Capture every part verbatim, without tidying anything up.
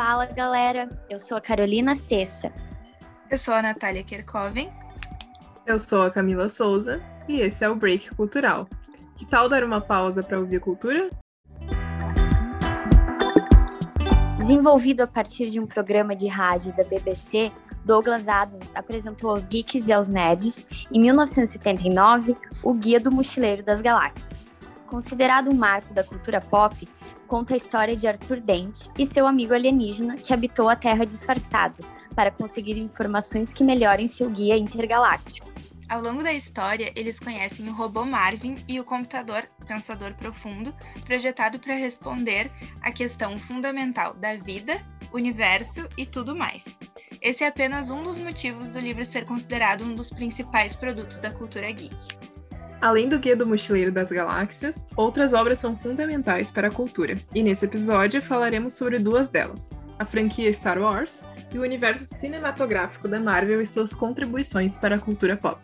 Fala, galera! Eu sou a Carolina Cessa. Eu sou a Natália Kerkoven. Eu sou a Camila Souza e esse é o Break Cultural. Que tal dar uma pausa para ouvir cultura? Desenvolvido a partir de um programa de rádio da B B C, Douglas Adams apresentou aos geeks e aos nerds, em mil novecentos e setenta e nove, o Guia do Mochileiro das Galáxias. Considerado um marco da cultura pop, conta a história de Arthur Dent e seu amigo alienígena que habitou a Terra disfarçado, para conseguir informações que melhorem seu guia intergaláctico. Ao longo da história, eles conhecem o robô Marvin e o computador Pensador Profundo, projetado para responder à questão fundamental da vida, universo e tudo mais. Esse é apenas um dos motivos do livro ser considerado um dos principais produtos da cultura geek. Além do Guia do Mochileiro das Galáxias, outras obras são fundamentais para a cultura, e nesse episódio falaremos sobre duas delas, a franquia Star Wars e o universo cinematográfico da Marvel e suas contribuições para a cultura pop.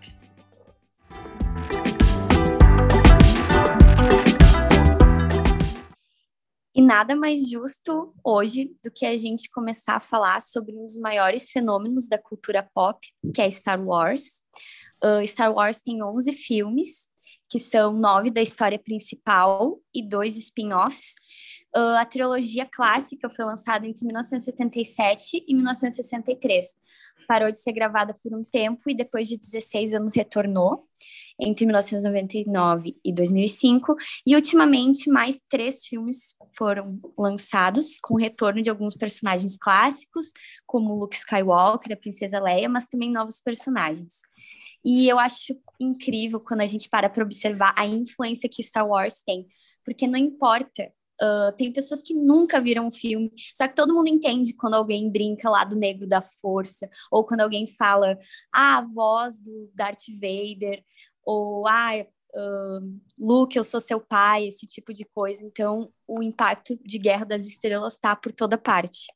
E nada mais justo hoje do que a gente começar a falar sobre um dos maiores fenômenos da cultura pop, que é Star Wars. Uh, Star Wars tem onze filmes, que são nove da história principal e dois spin-offs. Uh, a trilogia clássica foi lançada entre mil novecentos e setenta e sete e mil novecentos e sessenta e três. Parou de ser gravada por um tempo e depois de dezesseis anos retornou, entre mil novecentos e noventa e nove e dois mil e cinco, e ultimamente mais três filmes foram lançados, com o retorno de alguns personagens clássicos, como Luke Skywalker, a Princesa Leia, mas também novos personagens. E eu acho incrível quando a gente para para observar a influência que Star Wars tem, porque não importa, uh, tem pessoas que nunca viram um filme, só que todo mundo entende quando alguém brinca lá do Negro da Força, ou quando alguém fala, ah, a voz do Darth Vader, ou, ah, uh, Luke, eu sou seu pai, esse tipo de coisa. Então, o impacto de Guerra das Estrelas está por toda parte.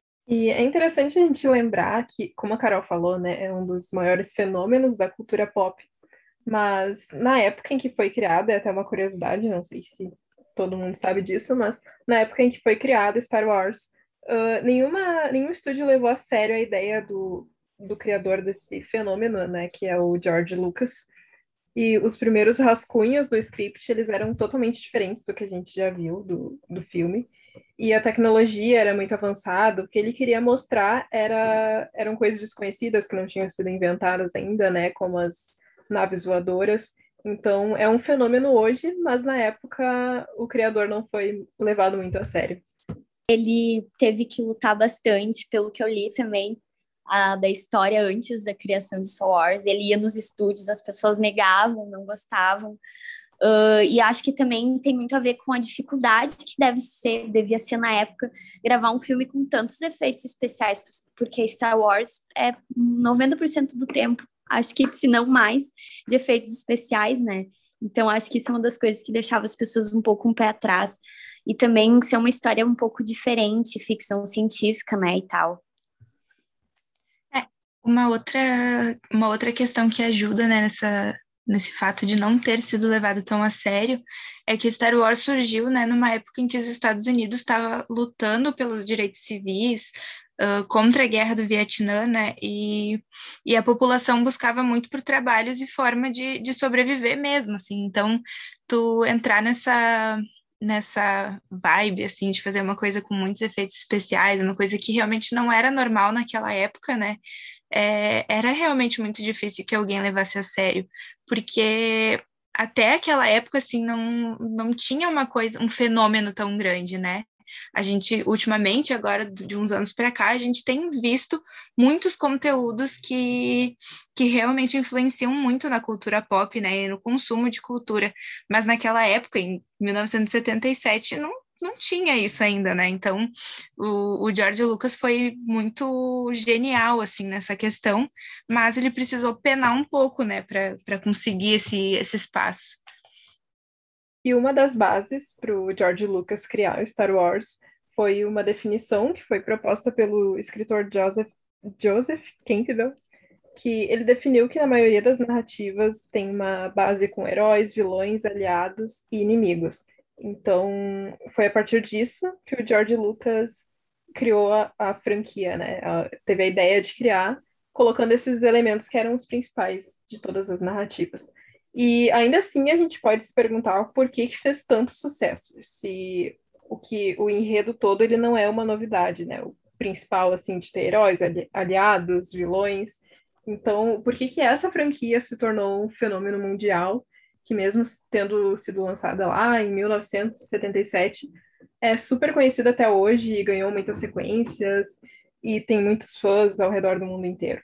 E é interessante a gente lembrar que, como a Carol falou, né, é um dos maiores fenômenos da cultura pop, mas na época em que foi criado, é até uma curiosidade, não sei se todo mundo sabe disso, mas na época em que foi criado Star Wars, uh, nenhuma, nenhum estúdio levou a sério a ideia do, do criador desse fenômeno, né, que é o George Lucas. E os primeiros rascunhos do script, eles eram totalmente diferentes do que a gente já viu do, do filme. E a tecnologia era muito avançada. O que ele queria mostrar era, eram coisas desconhecidas que não tinham sido inventadas ainda, né? Como as naves voadoras. Então, é um fenômeno hoje, mas na época o criador não foi levado muito a sério. Ele teve que lutar bastante, pelo que eu li também, A, da história antes da criação de Star Wars. Ele ia nos estúdios, as pessoas negavam, não gostavam, uh, e acho que também tem muito a ver com a dificuldade que deve ser, devia ser na época, gravar um filme com tantos efeitos especiais, porque Star Wars é noventa por cento do tempo, acho que se não mais, de efeitos especiais, né? Então acho que isso é uma das coisas que deixava as pessoas um pouco um pé atrás, e também ser uma história um pouco diferente, ficção científica, né, e tal. Uma outra, uma outra questão que ajuda, né, nessa, nesse fato de não ter sido levado tão a sério é que Star Wars surgiu, né, numa época em que os Estados Unidos estavam lutando pelos direitos civis, uh, contra a guerra do Vietnã, né, e, e a população buscava muito por trabalhos e forma de, de sobreviver mesmo, assim. Então, tu entrar nessa... nessa vibe, assim, de fazer uma coisa com muitos efeitos especiais, uma coisa que realmente não era normal naquela época, né, é, era realmente muito difícil que alguém levasse a sério, porque até aquela época, assim, não, não tinha uma coisa, um fenômeno tão grande, né. A gente, ultimamente, agora de uns anos para cá, a gente tem visto muitos conteúdos que, que realmente influenciam muito na cultura pop, né, e no consumo de cultura, mas naquela época, em mil novecentos e setenta e sete, não, não tinha isso ainda, né, então o, o George Lucas foi muito genial, assim, nessa questão, mas ele precisou penar um pouco, né, para conseguir esse, esse espaço. E uma das bases para o George Lucas criar Star Wars foi uma definição que foi proposta pelo escritor Joseph, Joseph Campbell, que ele definiu que na maioria das narrativas tem uma base com heróis, vilões, aliados e inimigos. Então, foi a partir disso que o George Lucas criou a, a franquia, né? Ela teve a ideia de criar, colocando esses elementos que eram os principais de todas as narrativas. E ainda assim a gente pode se perguntar por que que fez tanto sucesso, se o que o enredo todo ele não é uma novidade, né? O principal assim de ter heróis, ali- aliados, vilões. Então, por que que essa franquia se tornou um fenômeno mundial, que mesmo tendo sido lançada lá em mil novecentos e setenta e sete, é super conhecida até hoje e ganhou muitas sequências e tem muitos fãs ao redor do mundo inteiro.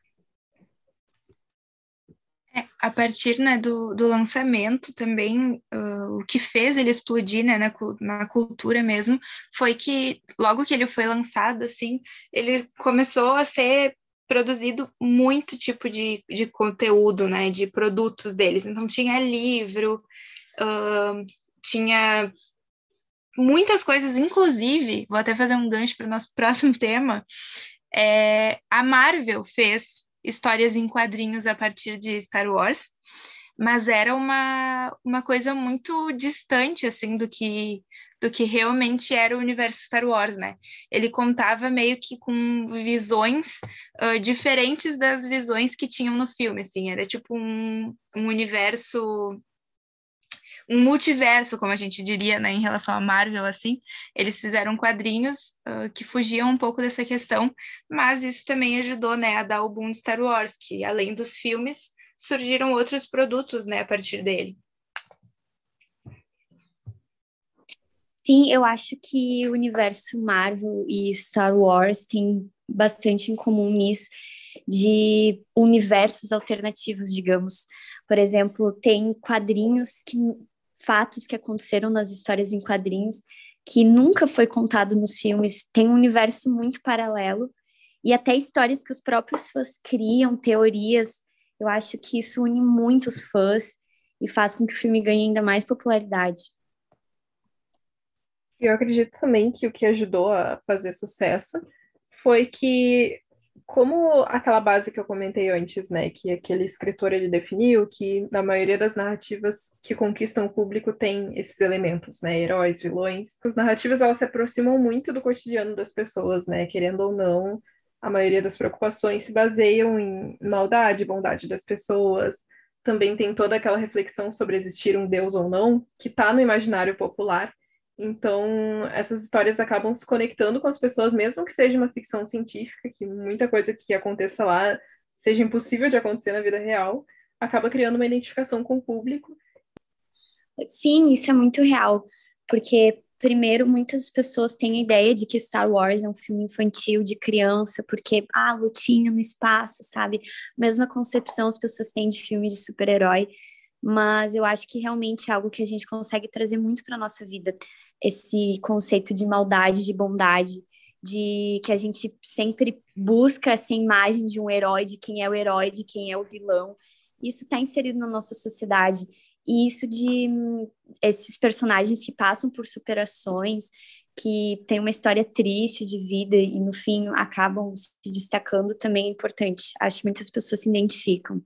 É, a partir, né, do, do lançamento também, uh, o que fez ele explodir, né, na, na cultura mesmo, foi que logo que ele foi lançado, assim, ele começou a ser produzido muito tipo de, de conteúdo, né, de produtos deles. Então tinha livro, uh, tinha muitas coisas, inclusive, vou até fazer um gancho para o nosso próximo tema, é, a Marvel fez histórias em quadrinhos a partir de Star Wars, mas era uma, uma coisa muito distante, assim, do que, do que realmente era o universo Star Wars, né? Ele contava meio que com visões uh, diferentes das visões que tinham no filme, assim, era tipo um, um universo um multiverso, como a gente diria, né, em relação à Marvel, assim, eles fizeram quadrinhos uh, que fugiam um pouco dessa questão, mas isso também ajudou, né, a dar o boom de Star Wars, que além dos filmes, surgiram outros produtos, né, a partir dele. Sim, eu acho que o universo Marvel e Star Wars tem bastante em comum nisso, de universos alternativos, digamos. Por exemplo, tem quadrinhos que fatos que aconteceram nas histórias em quadrinhos que nunca foi contado nos filmes, tem um universo muito paralelo e até histórias que os próprios fãs criam, teorias. Eu acho que isso une muito os fãs e faz com que o filme ganhe ainda mais popularidade. E eu acredito também que o que ajudou a fazer sucesso foi que, como aquela base que eu comentei antes, né, que aquele escritor ele definiu que na maioria das narrativas que conquistam o público tem esses elementos, né, heróis, vilões. As narrativas elas se aproximam muito do cotidiano das pessoas, né, querendo ou não, a maioria das preocupações se baseiam em maldade, bondade das pessoas. Também tem toda aquela reflexão sobre existir um Deus ou não, que está no imaginário popular. Então, essas histórias acabam se conectando com as pessoas, mesmo que seja uma ficção científica, que muita coisa que aconteça lá seja impossível de acontecer na vida real, acaba criando uma identificação com o público. Sim, isso é muito real, porque, primeiro, muitas pessoas têm a ideia de que Star Wars é um filme infantil de criança, porque, ah, lutinha no espaço, sabe? Mesma concepção as pessoas têm de filme de super-herói, mas eu acho que realmente é algo que a gente consegue trazer muito para a nossa vida, esse conceito de maldade, de bondade, de que a gente sempre busca essa imagem de um herói, de quem é o herói, de quem é o vilão. Isso está inserido na nossa sociedade. E isso de hum, esses personagens que passam por superações, que têm uma história triste de vida e no fim acabam se destacando também é importante. Acho que muitas pessoas se identificam.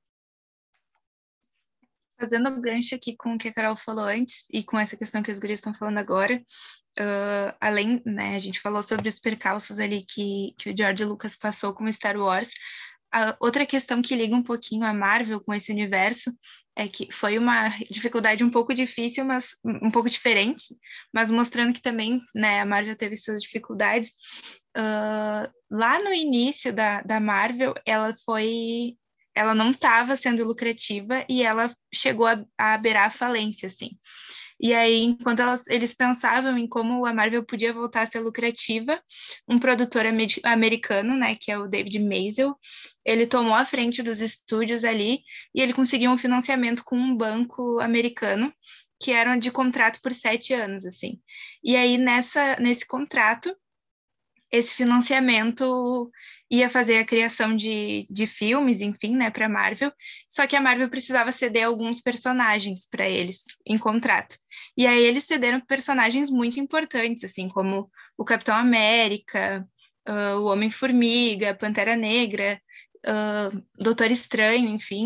Fazendo gancho aqui com o que a Carol falou antes e com essa questão que as gurias estão falando agora, uh, além, né, a gente falou sobre os percalços ali que, que o George Lucas passou com Star Wars. A outra questão que liga um pouquinho a Marvel com esse universo é que foi uma dificuldade um pouco difícil, mas um pouco diferente, mas mostrando que também, né, a Marvel teve suas dificuldades. Uh, lá no início da, da Marvel, ela foi ela não estava sendo lucrativa e ela chegou a, a beirar a falência, assim. E aí, enquanto elas, eles pensavam em como a Marvel podia voltar a ser lucrativa, um produtor americano, né, que é o David Maisel, ele tomou a frente dos estúdios ali e ele conseguiu um financiamento com um banco americano que era de contrato por sete anos, assim. E aí, nessa, nesse contrato, esse financiamento ia fazer a criação de, de filmes, enfim, né, para a Marvel, só que a Marvel precisava ceder alguns personagens para eles em contrato. E aí eles cederam personagens muito importantes, assim, como o Capitão América, uh, o Homem-Formiga, Pantera Negra, uh, Doutor Estranho, enfim,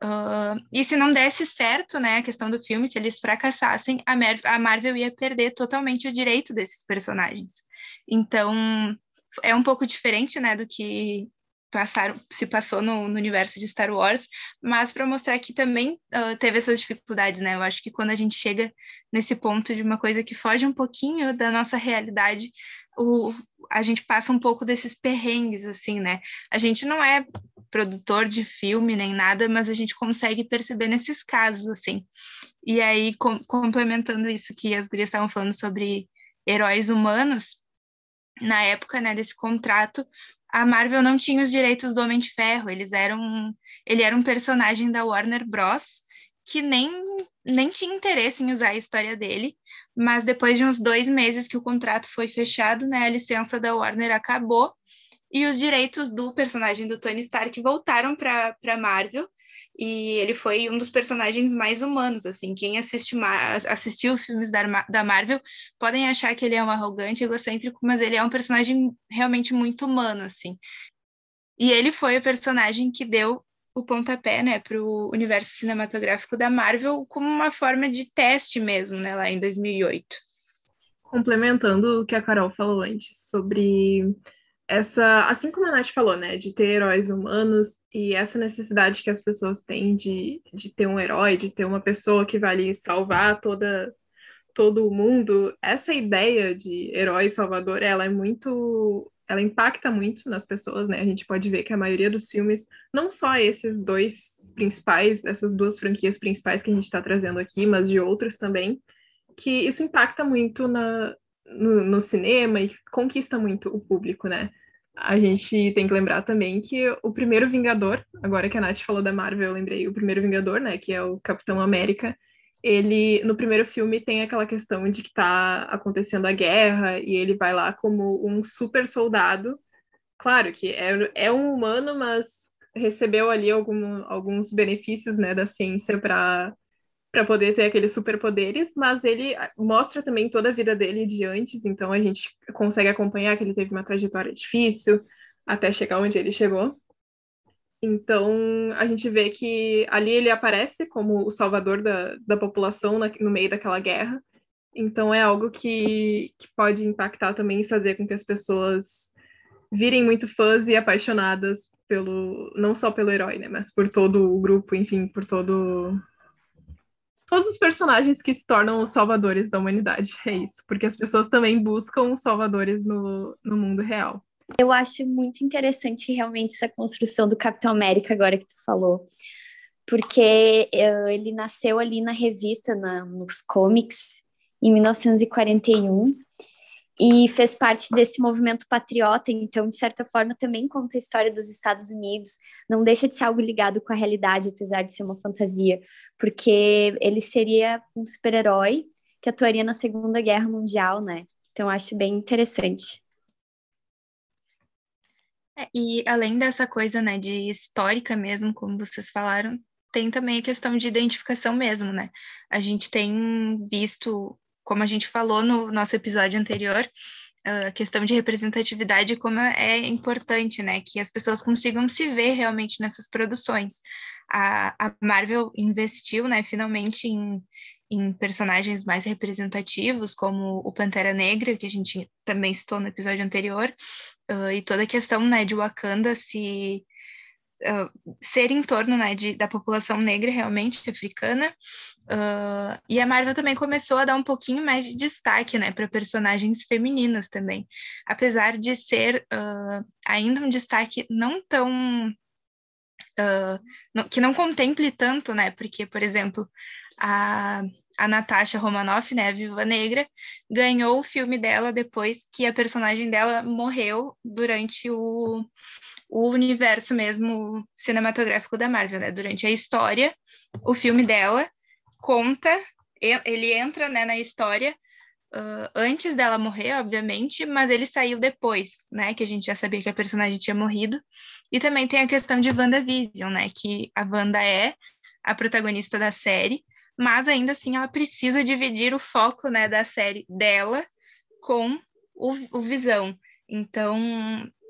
Uh, e se não desse certo, né, a questão do filme, se eles fracassassem, a, Mer a Marvel ia perder totalmente o direito desses personagens. Então, é um pouco diferente, né, do que passaram, se passou no, no universo de Star Wars, mas para mostrar que também uh, teve essas dificuldades, né? Eu acho que quando a gente chega nesse ponto de uma coisa que foge um pouquinho da nossa realidade, o, a gente passa um pouco desses perrengues, assim, né? A gente não é produtor de filme nem nada, mas a gente consegue perceber nesses casos, assim. E aí, com, complementando isso que as gurias estavam falando sobre heróis humanos, na época, né, desse contrato, a Marvel não tinha os direitos do Homem de Ferro, eles eram, ele era um personagem da Warner Bros. Que nem, nem tinha interesse em usar a história dele, mas depois de uns dois meses que o contrato foi fechado, né, a licença da Warner acabou, e os direitos do personagem do Tony Stark voltaram para a Marvel, e ele foi um dos personagens mais humanos, assim, quem assiste assistiu os filmes da, da Marvel podem achar que ele é um arrogante, egocêntrico, mas ele é um personagem realmente muito humano, assim. E ele foi o personagem que deu o pontapé, né, para o universo cinematográfico da Marvel como uma forma de teste mesmo, né, lá em dois mil e oito. Complementando o que a Carol falou antes sobre essa, assim como a Nath falou, né, de ter heróis humanos e essa necessidade que as pessoas têm de, de ter um herói, de ter uma pessoa que vai ali salvar toda, todo o mundo, essa ideia de herói salvador, ela é muito, ela impacta muito nas pessoas, né? A gente pode ver que a maioria dos filmes, não só esses dois principais, essas duas franquias principais que a gente está trazendo aqui, mas de outros também, que isso impacta muito na, no, no cinema e conquista muito o público, né? A gente tem que lembrar também que o primeiro Vingador, agora que a Nath falou da Marvel, eu lembrei, o primeiro Vingador, né, que é o Capitão América, ele, no primeiro filme, tem aquela questão de que tá acontecendo a guerra e ele vai lá como um super soldado. Claro que é, é um humano, mas recebeu ali algum, alguns benefícios, né, da ciência para para poder ter aqueles superpoderes, mas ele mostra também toda a vida dele de antes, então a gente consegue acompanhar que ele teve uma trajetória difícil até chegar onde ele chegou. Então, a gente vê que ali ele aparece como o salvador da, da população na, no meio daquela guerra. Então, é algo que, que pode impactar também e fazer com que as pessoas virem muito fãs e apaixonadas pelo, não só pelo herói, né, mas por todo o grupo, enfim, por todo todos os personagens que se tornam os salvadores da humanidade. É isso, porque as pessoas também buscam salvadores no, no mundo real. Eu acho muito interessante realmente essa construção do Capitão América, agora que tu falou, porque uh, ele nasceu ali na revista, na, nos comics, em mil novecentos e quarenta e um, e fez parte desse movimento patriota, então, de certa forma, também conta a história dos Estados Unidos, não deixa de ser algo ligado com a realidade, apesar de ser uma fantasia, porque ele seria um super-herói que atuaria na Segunda Guerra Mundial, né? Então, acho bem interessante. É, e além dessa coisa, né, de histórica mesmo, como vocês falaram, tem também a questão de identificação mesmo, né? A gente tem visto, como a gente falou no nosso episódio anterior, a questão de representatividade, como é importante, né? Que as pessoas consigam se ver realmente nessas produções. A, a Marvel investiu, né, finalmente em, em personagens mais representativos, como o Pantera Negra, que a gente também citou no episódio anterior, uh, e toda a questão, né, de Wakanda se uh, ser em torno, né, de, da população negra realmente africana. Uh, e a Marvel também começou a dar um pouquinho mais de destaque, né, para personagens femininas também, apesar de ser uh, ainda um destaque não tão uh, não, que não contemple tanto, né, porque, por exemplo, a, a Natasha Romanoff, né, a Viúva Negra, ganhou o filme dela depois que a personagem dela morreu durante o, o universo mesmo cinematográfico da Marvel, né, durante a história, o filme dela conta, ele entra, né, na história uh, antes dela morrer, obviamente, mas ele saiu depois, né, que a gente já sabia que a personagem tinha morrido. E também tem a questão de WandaVision, né, que a Wanda é a protagonista da série, mas ainda assim ela precisa dividir o foco, né, da série dela com o, o Visão. Então,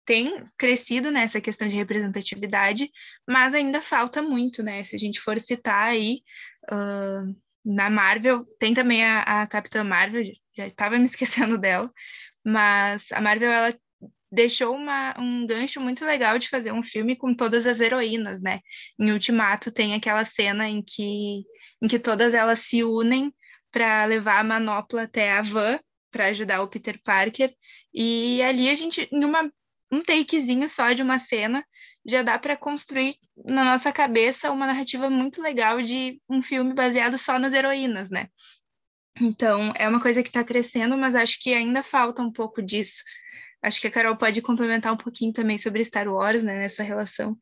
tem crescido nessa questão de representatividade, mas ainda falta muito, né? Se a gente for citar aí, uh, na Marvel, tem também a, a Capitã Marvel, já estava me esquecendo dela, mas a Marvel, ela deixou uma, um gancho muito legal de fazer um filme com todas as heroínas, né? Em Ultimato tem aquela cena em que, em que todas elas se unem para levar a manopla até a van para ajudar o Peter Parker, e ali a gente, em uma, um takezinho só de uma cena, já dá para construir na nossa cabeça uma narrativa muito legal de um filme baseado só nas heroínas, né? Então, é uma coisa que está crescendo, mas acho que ainda falta um pouco disso. Acho que a Carol pode complementar um pouquinho também sobre Star Wars, né, nessa relação.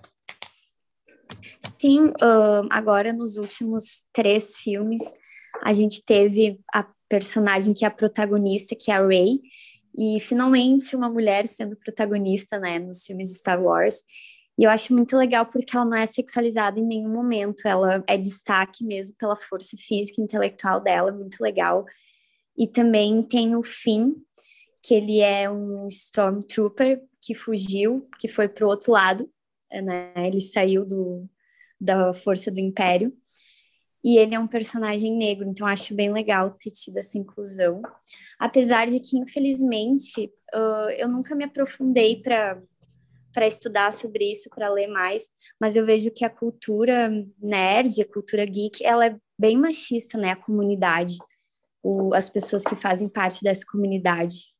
Sim, uh, agora nos últimos três filmes, a gente teve a personagem que é a protagonista, que é a Rey, e finalmente uma mulher sendo protagonista, né, nos filmes Star Wars. E eu acho muito legal porque ela não é sexualizada em nenhum momento, ela é destaque mesmo pela força física e intelectual dela, muito legal. E também tem o Finn, que ele é um Stormtrooper que fugiu, que foi pro outro lado, né? Ele saiu do, da força do Império. E ele é um personagem negro, então acho bem legal ter tido essa inclusão. Apesar de que, infelizmente, uh, eu nunca me aprofundei para para estudar sobre isso, para ler mais, mas eu vejo que a cultura nerd, a cultura geek, ela é bem machista, né? A comunidade, o, as pessoas que fazem parte dessa comunidade.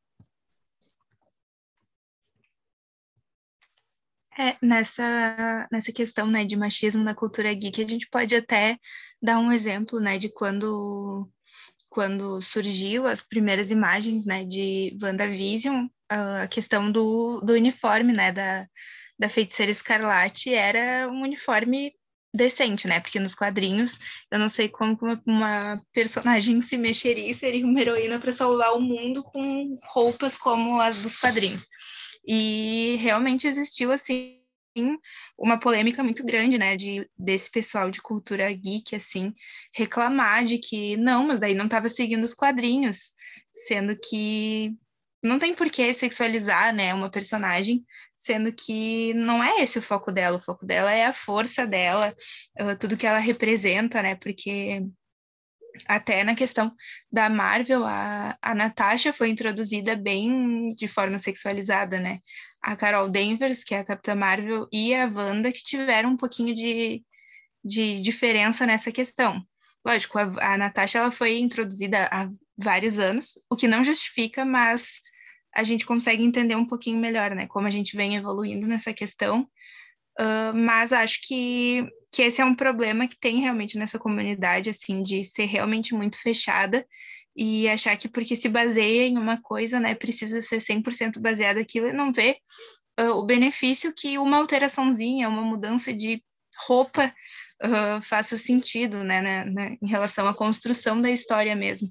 É, nessa, nessa questão, né, de machismo na cultura geek, a gente pode até dar um exemplo, né, de quando, quando surgiu as primeiras imagens, né, de WandaVision, a questão do, do uniforme, né, da, da Feiticeira Escarlate era um uniforme decente, né, porque nos quadrinhos, eu não sei como uma, uma personagem se mexeria e seria uma heroína para salvar o mundo com roupas como as dos quadrinhos. E realmente existiu, assim, uma polêmica muito grande, né, de, desse pessoal de cultura geek, assim, reclamar de que, não, mas daí não estava seguindo os quadrinhos, sendo que não tem por que sexualizar, né, uma personagem, sendo que não é esse o foco dela, o foco dela é a força dela, uh, tudo que ela representa, né, porque até na questão da Marvel, a, a Natasha foi introduzida bem de forma sexualizada, né? A Carol Danvers, que é a Capitã Marvel, e a Wanda, que tiveram um pouquinho de, de diferença nessa questão. Lógico, a, a Natasha ela foi introduzida há vários anos, o que não justifica, mas a gente consegue entender um pouquinho melhor, né? Como a gente vem evoluindo nessa questão. Uh, mas acho que, que esse é um problema que tem realmente nessa comunidade, assim, de ser realmente muito fechada e achar que porque se baseia em uma coisa, né, precisa ser cem por cento baseada naquilo e não ver uh, o benefício que uma alteraçãozinha, uma mudança de roupa uh, faça sentido, né, né, né, em relação à construção da história mesmo.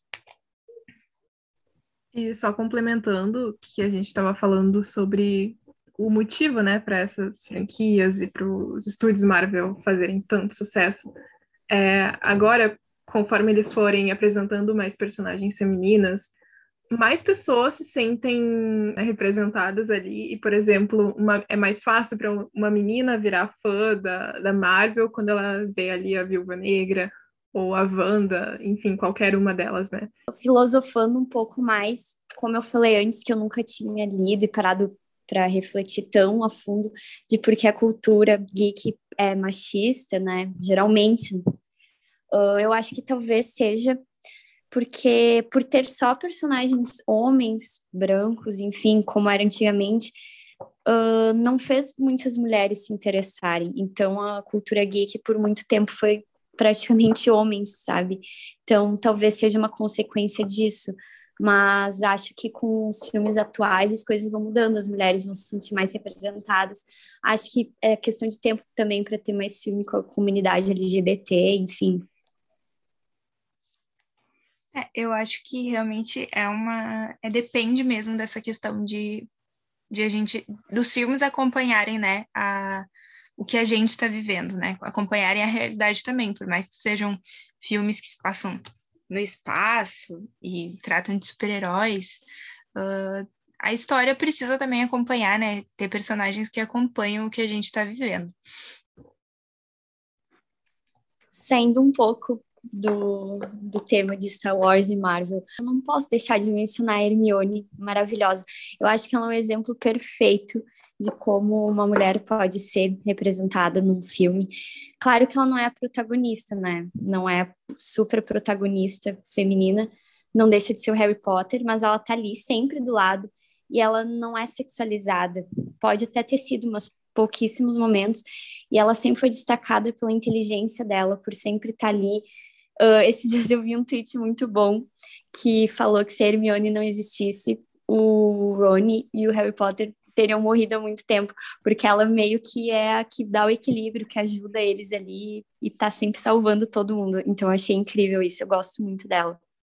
E só complementando que a gente estava falando sobre o motivo, né, para essas franquias e para os estúdios Marvel fazerem tanto sucesso. É, agora, conforme eles forem apresentando mais personagens femininas, mais pessoas se sentem, né, representadas ali. E, por exemplo, uma, é mais fácil para uma menina virar fã da, da Marvel quando ela vê ali a Viúva Negra ou a Wanda, enfim, qualquer uma delas, né? Filosofando um pouco mais, como eu falei antes, que eu nunca tinha lido e parado para refletir tão a fundo de por que a cultura geek é machista, né? Geralmente, uh, eu acho que talvez seja porque por ter só personagens homens, brancos, enfim, como era antigamente, uh, não fez muitas mulheres se interessarem. Então, a cultura geek por muito tempo foi praticamente homens, sabe? Então, talvez seja uma consequência disso. Mas acho que com os filmes atuais as coisas vão mudando, as mulheres vão se sentir mais representadas. Acho que é questão de tempo também para ter mais filme com a comunidade L G B T, enfim. É, eu acho que realmente é uma. É, depende mesmo dessa questão de, de a gente, dos filmes acompanharem, né, a, o que a gente está vivendo, né? Acompanharem a realidade também, por mais que sejam filmes que se passam no espaço e tratam de super-heróis, uh, a história precisa também acompanhar, né? Ter personagens que acompanham o que a gente está vivendo. Saindo um pouco do, do tema de Star Wars e Marvel, eu não posso deixar de mencionar a Hermione, maravilhosa. Eu acho que ela é um exemplo perfeito de como uma mulher pode ser representada num filme. Claro que ela não é a protagonista, né? Não é a super protagonista feminina, não deixa de ser o Harry Potter, mas ela tá ali sempre do lado e ela não é sexualizada. Pode até ter sido umas pouquíssimos momentos, e ela sempre foi destacada pela inteligência dela, por sempre estar ali. Uh, esses dias eu vi um tweet muito bom que falou que se a Hermione não existisse, o Rony e o Harry Potter teriam morrido há muito tempo, porque ela meio que é a que dá o equilíbrio, que ajuda eles ali e tá sempre salvando todo mundo. Então eu achei incrível isso, eu gosto muito dela.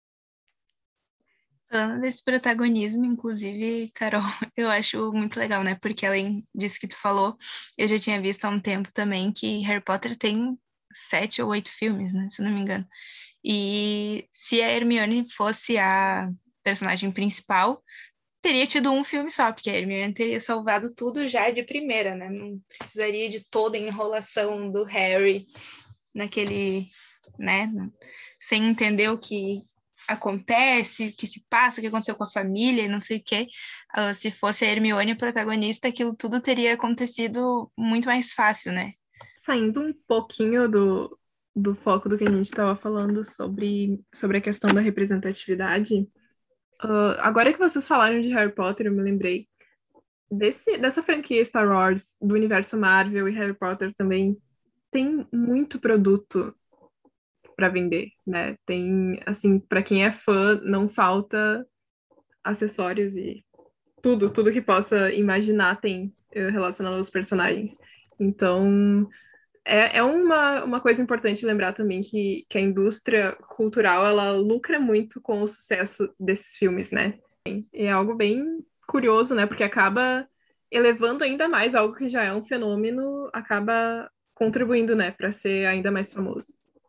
Falando desse protagonismo, inclusive, Carol, eu acho muito legal, né? Porque além disso que tu falou, eu já tinha visto há um tempo também que Harry Potter tem sete ou oito filmes, né? Se não me engano. E se a Hermione fosse a personagem principal, teria tido um filme só, porque a Hermione teria salvado tudo já de primeira, né? Não precisaria de toda a enrolação do Harry naquele, né? Sem entender o que acontece, o que se passa, o que aconteceu com a família e não sei o quê. Uh, se fosse a Hermione a protagonista, aquilo tudo teria acontecido muito mais fácil, né? Saindo um pouquinho do, do foco do que a gente estava falando sobre, sobre a questão da representatividade, uh, agora que vocês falaram de Harry Potter, eu me lembrei desse, dessa franquia Star Wars, do universo Marvel e Harry Potter também, tem muito produto para vender, né? Tem, assim, para quem é fã, não falta acessórios e tudo, tudo que possa imaginar tem eh, relacionado aos personagens. Então, é, é uma, uma coisa importante lembrar também que, que a indústria cultural, ela lucra muito com o sucesso desses filmes, né? E é algo bem curioso, né? Porque acaba elevando ainda mais algo que já é um fenômeno, acaba contribuindo, né, para ser ainda mais famoso.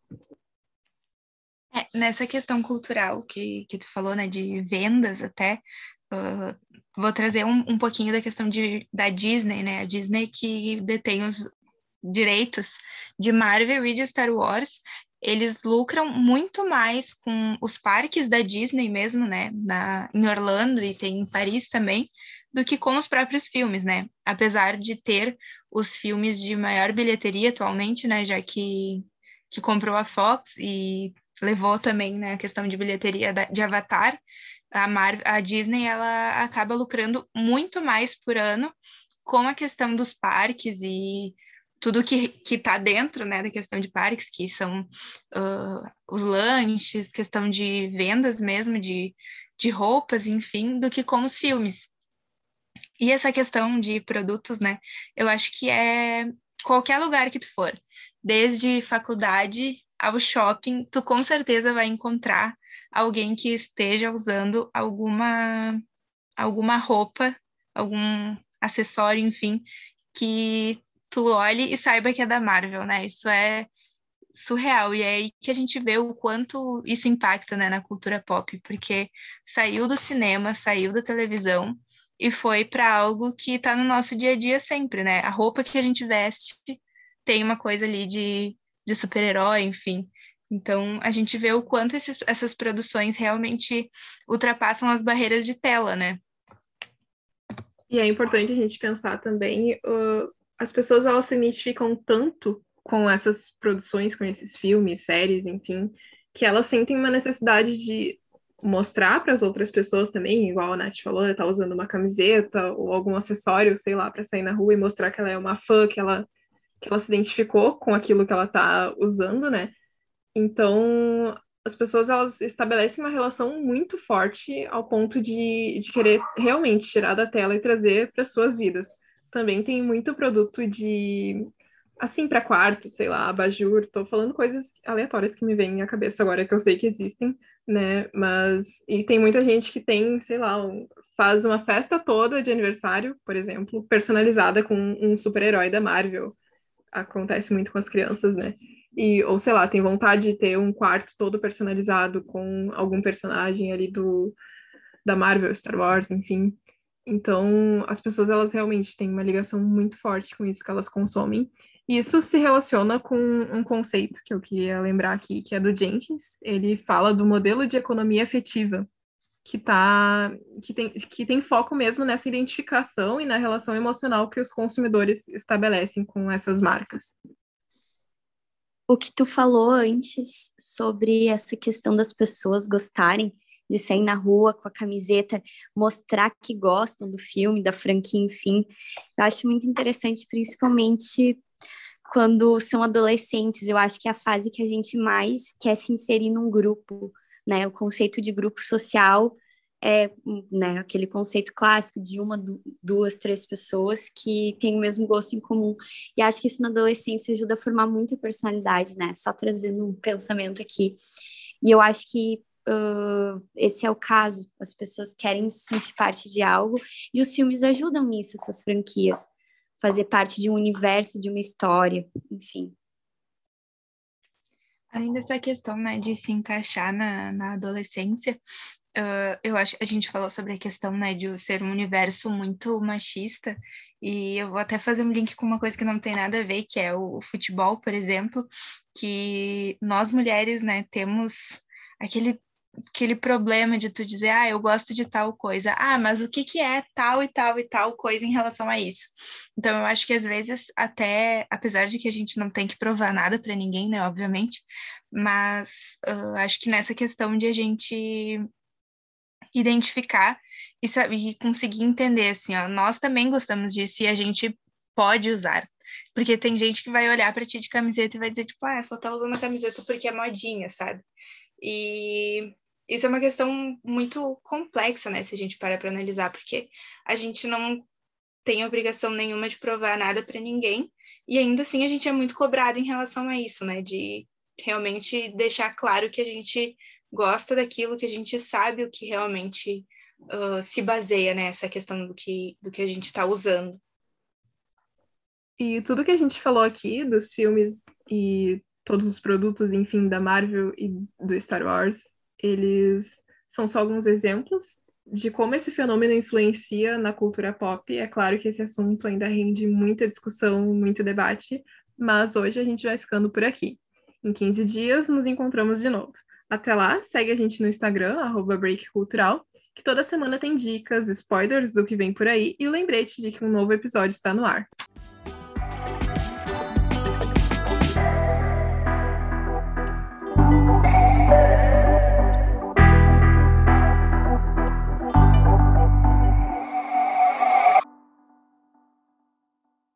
É, nessa questão cultural que, que tu falou, né, de vendas até, uh, vou trazer um, um pouquinho da questão de, da Disney, né, a Disney que detém os direitos de Marvel e de Star Wars, eles lucram muito mais com os parques da Disney mesmo, né, na, em Orlando e tem em Paris também, do que com os próprios filmes, né, apesar de ter os filmes de maior bilheteria atualmente, né, já que, que comprou a Fox e levou também, né, a questão de bilheteria da, de Avatar, a, Marvel, a Disney ela acaba lucrando muito mais por ano com a questão dos parques e tudo que está dentro, né, da questão de parques, que são uh, os lanches, questão de vendas mesmo, de, de roupas, enfim, do que com os filmes. E essa questão de produtos, né, eu acho que é qualquer lugar que tu for, desde faculdade ao shopping, tu com certeza vai encontrar alguém que esteja usando alguma, alguma roupa, algum acessório, enfim, que tu olhe e saiba que é da Marvel, né? Isso é surreal. E é aí que a gente vê o quanto isso impacta, né, na cultura pop, porque saiu do cinema, saiu da televisão e foi para algo que está no nosso dia a dia sempre, né? A roupa que a gente veste tem uma coisa ali de, de super-herói, enfim. Então, a gente vê o quanto esses, essas produções realmente ultrapassam as barreiras de tela, né? E é importante a gente pensar também, uh, as pessoas elas se identificam tanto com essas produções, com esses filmes, séries, enfim, que elas sentem uma necessidade de mostrar para as outras pessoas também, igual a Nath falou, tá usando uma camiseta ou algum acessório, sei lá, para sair na rua e mostrar que ela é uma fã, que ela, que ela se identificou com aquilo que ela tá usando, né? Então, as pessoas elas estabelecem uma relação muito forte ao ponto de, de querer realmente tirar da tela e trazer para suas vidas. Também tem muito produto de, assim, para quarto, sei lá, abajur. Tô falando coisas aleatórias que me vêm à cabeça agora, que eu sei que existem, né? Mas, e tem muita gente que tem, sei lá, um, faz uma festa toda de aniversário, por exemplo, personalizada com um super-herói da Marvel. Acontece muito com as crianças, né? E, ou sei lá, tem vontade de ter um quarto todo personalizado com algum personagem ali do da Marvel, Star Wars, enfim. Então, as pessoas, elas realmente têm uma ligação muito forte com isso que elas consomem. E isso se relaciona com um conceito que eu queria lembrar aqui, que é do Jenkins. Ele fala do modelo de economia afetiva, que tá, que tem, que tem foco mesmo nessa identificação e na relação emocional que os consumidores estabelecem com essas marcas. O que tu falou antes sobre essa questão das pessoas gostarem de sair na rua com a camiseta, mostrar que gostam do filme, da franquia, enfim, eu acho muito interessante, principalmente quando são adolescentes. Eu acho que é a fase que a gente mais quer se inserir num grupo, né? O conceito de grupo social é, né, aquele conceito clássico de uma, duas, três pessoas que têm o mesmo gosto em comum. E acho que isso na adolescência ajuda a formar muito a personalidade, né? Só trazendo um pensamento aqui. E eu acho que uh, esse é o caso. As pessoas querem se sentir parte de algo e os filmes ajudam nisso, essas franquias. Fazer parte de um universo, de uma história, enfim. Além dessa questão, né, de se encaixar na, na adolescência, uh, eu acho que a gente falou sobre a questão, né, de ser um universo muito machista, e eu vou até fazer um link com uma coisa que não tem nada a ver, que é o, o futebol, por exemplo, que nós mulheres, né, temos aquele aquele problema de tu dizer, ah, eu gosto de tal coisa. Ah, mas o que que é tal e tal e tal coisa em relação a isso? Então, eu acho que às vezes, até, apesar de que a gente não tem que provar nada para ninguém, né, obviamente, mas uh, acho que nessa questão de a gente identificar e, saber, e conseguir entender, assim, ó, nós também gostamos disso e a gente pode usar. Porque tem gente que vai olhar para ti de camiseta e vai dizer, tipo, ah, só tá usando a camiseta porque é modinha, sabe? E isso é uma questão muito complexa, né, se a gente para para analisar, porque a gente não tem obrigação nenhuma de provar nada para ninguém, e ainda assim a gente é muito cobrado em relação a isso, né, de realmente deixar claro que a gente gosta daquilo, que a gente sabe o que realmente uh, se baseia nessa questão do que, do que a gente está usando. E tudo que a gente falou aqui, dos filmes e todos os produtos, enfim, da Marvel e do Star Wars, eles são só alguns exemplos de como esse fenômeno influencia na cultura pop. É claro que esse assunto ainda rende muita discussão, muito debate, mas hoje a gente vai ficando por aqui. Em quinze dias nos encontramos de novo. Até lá, segue a gente no Instagram, arroba breakcultural, que toda semana tem dicas, spoilers do que vem por aí e o lembrete de que um novo episódio está no ar.